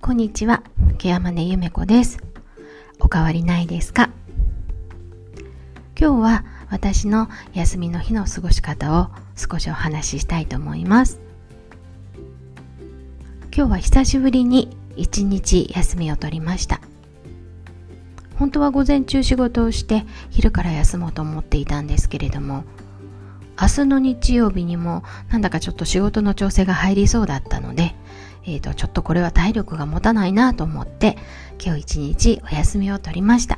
こんにちは、ケアマネゆめこです。お変わりないですか？今日は私の休みの日の過ごし方を少しお話ししたいと思います。今日は久しぶりに一日休みを取りました。本当は午前中仕事をして昼から休もうと思っていたんですけれども、明日の日曜日にもなんだかちょっと仕事の調整が入りそうだったので、ちょっとこれは体力が持たないなと思って今日一日お休みを取りました。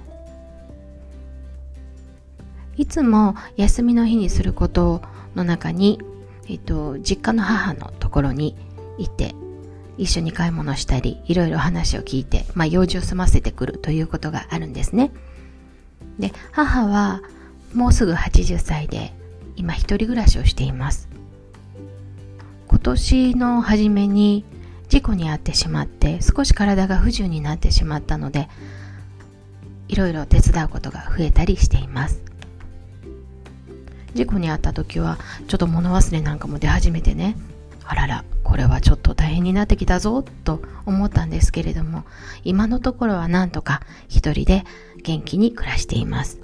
いつも休みの日にすることの中に、実家の母のところに行って一緒に買い物したり、いろいろ話を聞いて、用事を済ませてくるということがあるんですね。で、母はもうすぐ80歳で今一人暮らしをしています。今年の初めに事故に遭ってしまって少し体が不自由になってしまったので、いろいろ手伝うことが増えたりしています。事故に遭った時はちょっと物忘れなんかも出始めてね、あらら、これはちょっと大変になってきたぞと思ったんですけれども、今のところはなんとか一人で元気に暮らしています。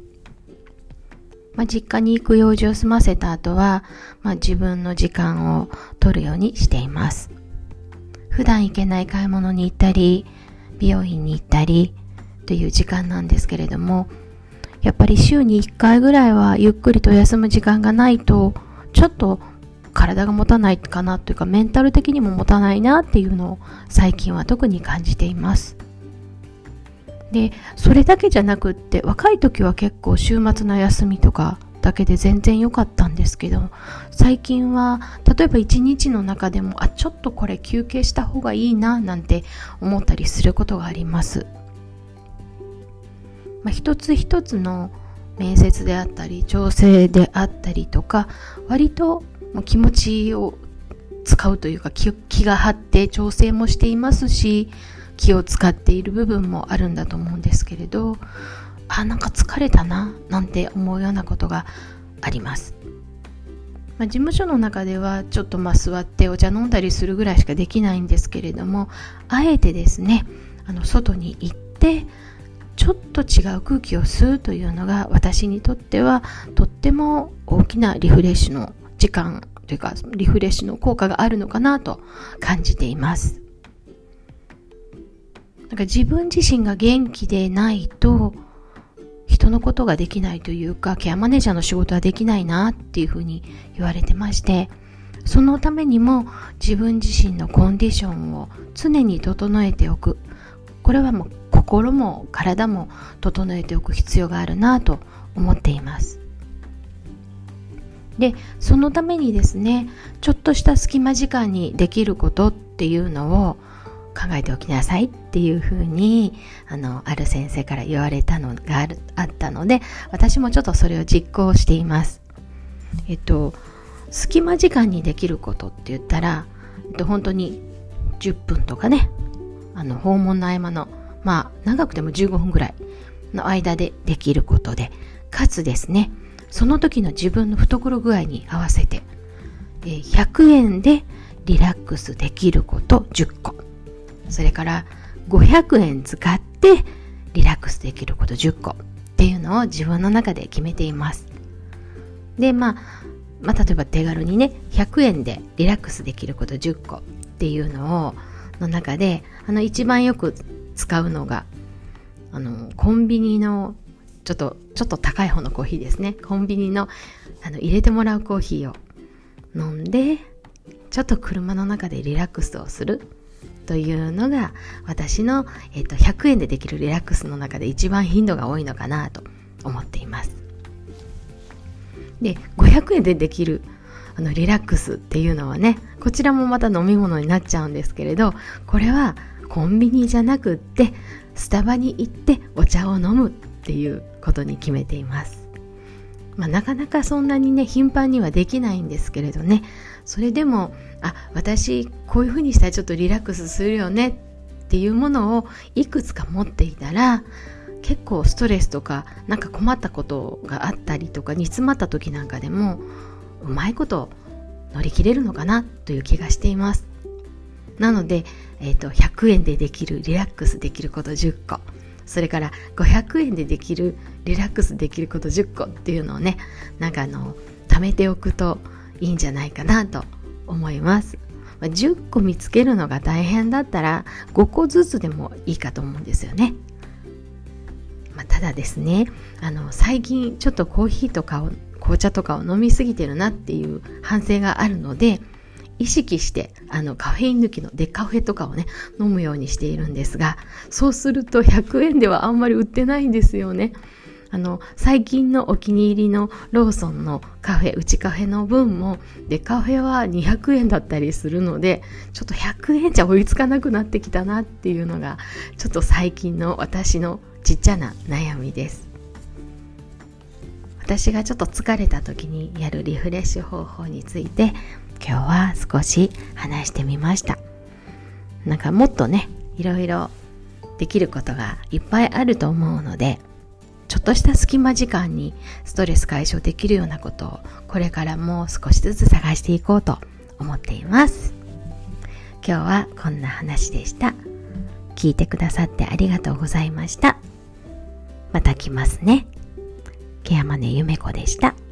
実家に行く用事を済ませた後は、自分の時間を取るようにしています。普段行けない買い物に行ったり、美容院に行ったりという時間なんですけれども、やっぱり週に1回ぐらいはゆっくりと休む時間がないと、ちょっと体が持たないかなというか、メンタル的にも持たないなっていうのを最近は特に感じています。で、それだけじゃなくって、若い時は結構週末の休みとかだけで全然良かったんですけど、最近は例えば一日の中でもちょっとこれ休憩した方がいいななんて思ったりすることがあります。一つ一つの面接であったり調整であったりとか、割と気持ちを使うというか、気が張って調整もしていますし、気を使っている部分もあるんだと思うんですけれど、なんか疲れたななんて思うようなことがあります。事務所の中ではちょっと座ってお茶飲んだりするぐらいしかできないんですけれども、あえてですね、外に行ってちょっと違う空気を吸うというのが、私にとってはとっても大きなリフレッシュの時間というか、リフレッシュの効果があるのかなと感じています。自分自身が元気でないと人のことができないというか、ケアマネージャーの仕事はできないなっていうふうに言われてまして、そのためにも自分自身のコンディションを常に整えておく、これはもう心も体も整えておく必要があるなと思っています。で、そのためにですね、ちょっとした隙間時間にできることっていうのを考えておきなさいっていうふうにある先生から言われたのがあったので、私もちょっとそれを実行しています。隙間時間にできることって言ったら、本当に10分とかね、訪問の合間の長くても15分ぐらいの間でできることで、かつですね、その時の自分の懐具合に合わせて100円でリラックスできること10個、それから500円使ってリラックスできること10個っていうのを自分の中で決めています。で、例えば手軽にね、100円でリラックスできること10個っていうのの中で、一番よく使うのがコンビニのちょっと高い方のコーヒーですね。コンビニの入れてもらうコーヒーを飲んで、ちょっと車の中でリラックスをするというのが、私の、100円でできるリラックスの中で一番頻度が多いのかなと思っています。で、500円でできるリラックスっていうのはね、こちらもまた飲み物になっちゃうんですけれど、これはコンビニじゃなくってスタバに行ってお茶を飲むっていうことに決めています。なかなかそんなにね、頻繁にはできないんですけれどね、それでも私こういう風にしたらちょっとリラックスするよねっていうものをいくつか持っていたら、結構ストレスとかなんか困ったことがあったりとか煮詰まった時なんかでもうまいこと乗り切れるのかなという気がしています。なので 100円でできるリラックスできること10個、それから500円でできるリラックスできること10個っていうのをね、貯めておくといいんじゃないかなと思います。10個見つけるのが大変だったら5個ずつでもいいかと思うんですよね。ただですね、最近ちょっとコーヒーとか紅茶とかを飲みすぎてるなっていう反省があるので、意識してカフェイン抜きのデカフェとかをね飲むようにしているんですが、そうすると100円ではあんまり売ってないんですよね。最近のお気に入りのローソンのカフェ、うちカフェの分もデカフェは200円だったりするので、ちょっと100円じゃ追いつかなくなってきたなっていうのがちょっと最近の私のちっちゃな悩みです。私がちょっと疲れた時にやるリフレッシュ方法について今日は少し話してみました。もっとね、いろいろできることがいっぱいあると思うので、ちょっとした隙間時間にストレス解消できるようなことをこれからも少しずつ探していこうと思っています。今日はこんな話でした。聞いてくださってありがとうございました。また来ますね。ケアマネゆめこでした。